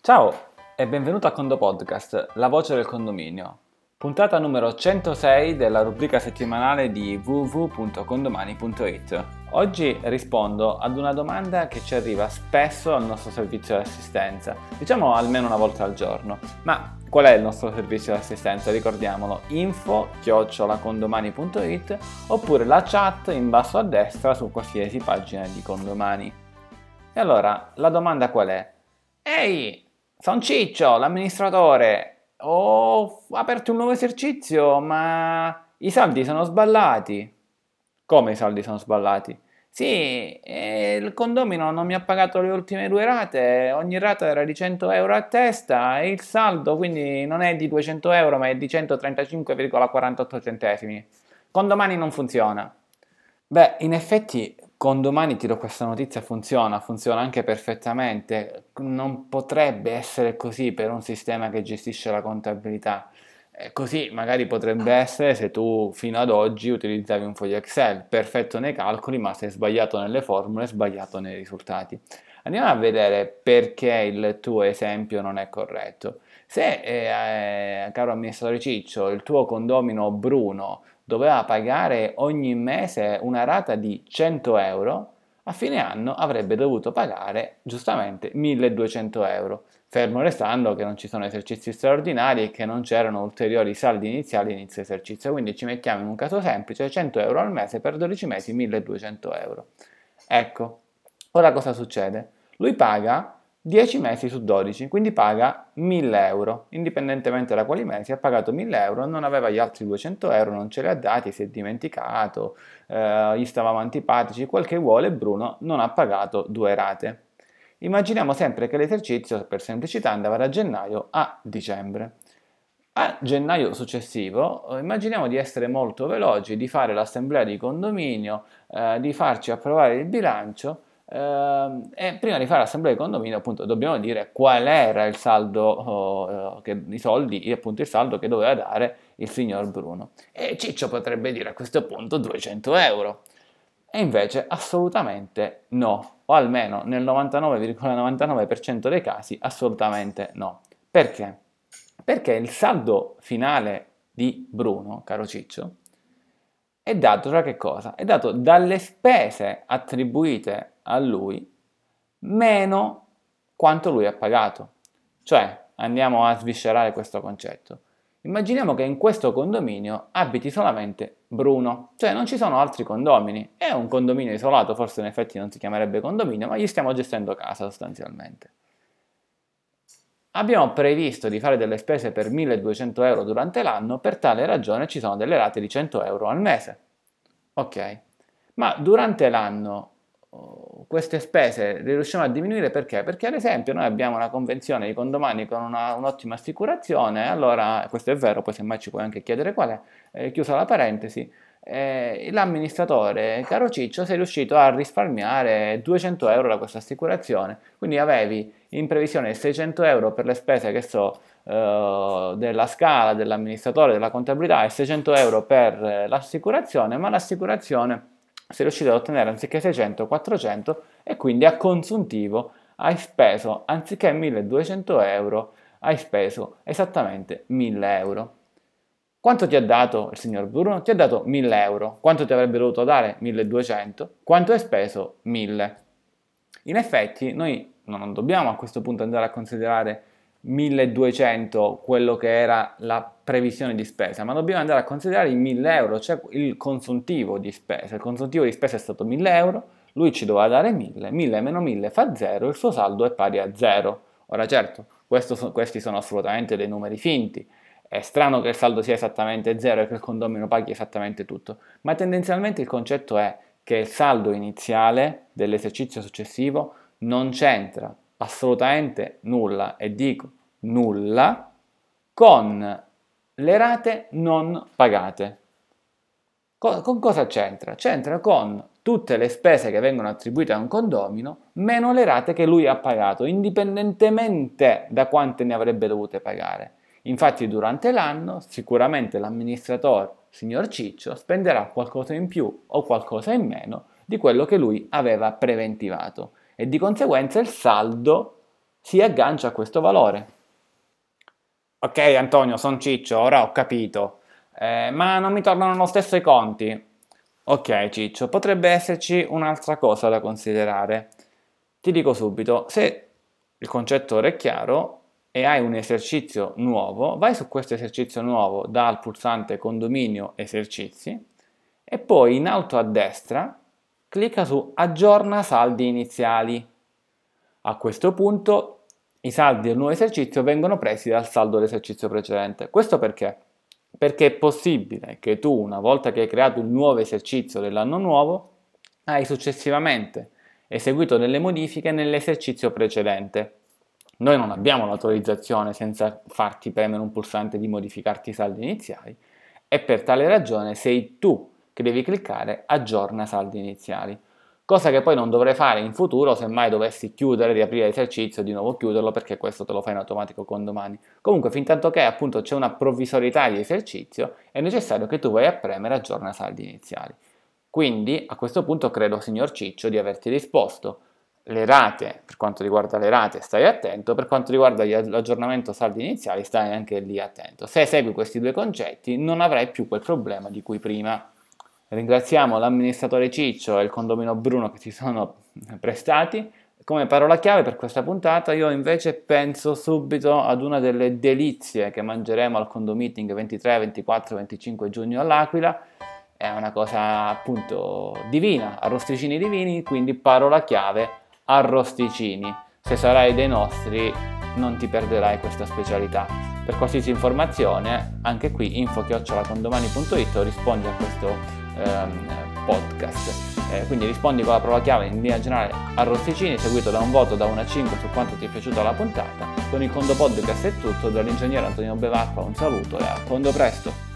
Ciao e benvenuto a Condo Podcast, la voce del condominio, puntata numero 106 della rubrica settimanale di www.condomani.it. Oggi rispondo ad una domanda che ci arriva spesso al nostro servizio di assistenza, diciamo almeno una volta al giorno. Ma qual è il nostro servizio di assistenza? Ricordiamolo, info@condomani.it oppure la chat in basso a destra su qualsiasi pagina di Condomani. E allora, la domanda qual è? Ehi! Sono Ciccio, l'amministratore. Ho aperto un nuovo esercizio, ma i saldi sono sballati. Come i saldi sono sballati? Sì, il condomino non mi ha pagato le ultime due rate, ogni rata era di 100 euro a testa e il saldo quindi non è di 200 euro ma è di 135,48 centesimi. Condomani non funziona. Beh, in effetti Condomani ti do questa notizia, funziona anche perfettamente. Non potrebbe essere così per un sistema che gestisce la contabilità. Così magari potrebbe essere se tu fino ad oggi utilizzavi un foglio Excel, perfetto nei calcoli, ma sei sbagliato nelle formule, sbagliato nei risultati. Andiamo a vedere perché il tuo esempio non è corretto. Se, caro amministratore Ciccio, il tuo condomino Bruno doveva pagare ogni mese una rata di 100 euro, a fine anno avrebbe dovuto pagare giustamente 1200 euro, fermo restando che non ci sono esercizi straordinari e che non c'erano ulteriori saldi iniziali inizio esercizio, quindi ci mettiamo in un caso semplice, 100 euro al mese per 12 mesi, 1200 euro. Ecco, ora cosa succede? Lui paga 10 mesi su 12, quindi paga 1000 euro, indipendentemente da quali mesi, ha pagato 1000 euro, non aveva gli altri 200 euro, non ce li ha dati, si è dimenticato, gli stavamo antipatici, quel che vuole, Bruno non ha pagato due rate. Immaginiamo sempre che l'esercizio, per semplicità, andava da gennaio a dicembre. A gennaio successivo, immaginiamo di essere molto veloci, di fare l'assemblea di condominio, di farci approvare il bilancio e prima di fare l'assemblea di condominio, appunto, dobbiamo dire qual era il saldo, i soldi, appunto il saldo che doveva dare il signor Bruno. E Ciccio potrebbe dire a questo punto 200 euro. E invece assolutamente no, o almeno nel 99,99% dei casi assolutamente no. Perché? Perché il saldo finale di Bruno, caro Ciccio, è dato da che cosa? È dato dalle spese attribuite a lui meno quanto lui ha pagato. Cioè, andiamo a sviscerare questo concetto. Immaginiamo che in questo condominio abiti solamente Bruno, cioè non ci sono altri condomini. È un condominio isolato, forse in effetti non si chiamerebbe condominio, ma gli stiamo gestendo casa sostanzialmente. Abbiamo previsto di fare delle spese per 1200 euro durante l'anno, per tale ragione ci sono delle rate di 100 euro al mese. Ok, ma durante l'anno queste spese le riusciamo a diminuire perché? Perché ad esempio noi abbiamo una convenzione di condomani con un'ottima assicurazione, allora questo è vero, poi semmai ci puoi anche chiedere qual è, chiusa la parentesi, l'amministratore, caro Ciccio, sei riuscito a risparmiare 200 euro da questa assicurazione, quindi avevi in previsione 600 euro per le spese che so della scala, dell'amministratore, della contabilità e 600 euro per l'assicurazione, ma l'assicurazione sei riuscito ad ottenere anziché 600 400 e quindi a consuntivo hai speso anziché 1200 euro hai speso esattamente 1000 euro. Quanto ti ha dato il signor Bruno? Ti ha dato 1000 euro. Quanto ti avrebbe dovuto dare? 1200. Quanto hai speso? 1000. In effetti noi non dobbiamo a questo punto andare a considerare 1200 quello che era la previsione di spesa, ma dobbiamo andare a considerare i 1000 euro, cioè il consuntivo di spesa. Il consuntivo di spesa è stato 1000 euro, lui ci doveva dare 1000, 1000 meno 1000 fa 0, il suo saldo è pari a 0. Ora certo, questi sono assolutamente dei numeri finti, è strano che il saldo sia esattamente 0 e che il condomino paghi esattamente tutto, ma tendenzialmente il concetto è che il saldo iniziale dell'esercizio successivo non c'entra assolutamente nulla, e dico nulla, con le rate non pagate. Con cosa c'entra? C'entra con tutte le spese che vengono attribuite a un condomino meno le rate che lui ha pagato, indipendentemente da quante ne avrebbe dovute pagare. Infatti durante l'anno sicuramente l'amministratore, signor Ciccio, spenderà qualcosa in più o qualcosa in meno di quello che lui aveva preventivato e di conseguenza il saldo si aggancia a questo valore. Ok Antonio, son Ciccio, ora ho capito, ma non mi tornano lo stesso i conti. Ok Ciccio, potrebbe esserci un'altra cosa da considerare. Ti dico subito, se il concetto ora è chiaro e hai un esercizio nuovo, vai su questo esercizio nuovo dal pulsante condominio esercizi e poi in alto a destra clicca su aggiorna saldi iniziali. A questo punto i saldi del nuovo esercizio vengono presi dal saldo dell'esercizio precedente. Questo perché? Perché è possibile che tu, una volta che hai creato il nuovo esercizio dell'anno nuovo, hai successivamente eseguito delle modifiche nell'esercizio precedente. Noi non abbiamo l'autorizzazione, senza farti premere un pulsante, di modificarti i saldi iniziali e per tale ragione sei tu che devi cliccare aggiorna saldi iniziali. Cosa che poi non dovrei fare in futuro se mai dovessi chiudere, riaprire l'esercizio, di nuovo chiuderlo, perché questo te lo fai in automatico con domani. Comunque, fin tanto che appunto c'è una provvisorietà di esercizio, è necessario che tu vai a premere aggiorna saldi iniziali. Quindi a questo punto credo, signor Ciccio, di averti risposto. Le rate, per quanto riguarda le rate stai attento, per quanto riguarda l'aggiornamento saldi iniziali stai anche lì attento. Se segui questi due concetti non avrai più quel problema di cui prima. Ringraziamo l'amministratore Ciccio e il condomino Bruno che si sono prestati. Come parola chiave per questa puntata io invece penso subito ad una delle delizie che mangeremo al condomeeting 23, 24, 25 giugno all'Aquila. È una cosa appunto divina, arrosticini divini, quindi parola chiave arrosticini. Se sarai dei nostri non ti perderai questa specialità. Per qualsiasi informazione anche qui info@condomani.it o rispondi a questo podcast. Quindi rispondi con la parola chiave in linea generale arrosticini, seguito da un voto da 1 a 5 su quanto ti è piaciuta la puntata. Con il Condo Podcast è tutto, dall'ingegnere Antonino Bevacqua un saluto e a Condo presto!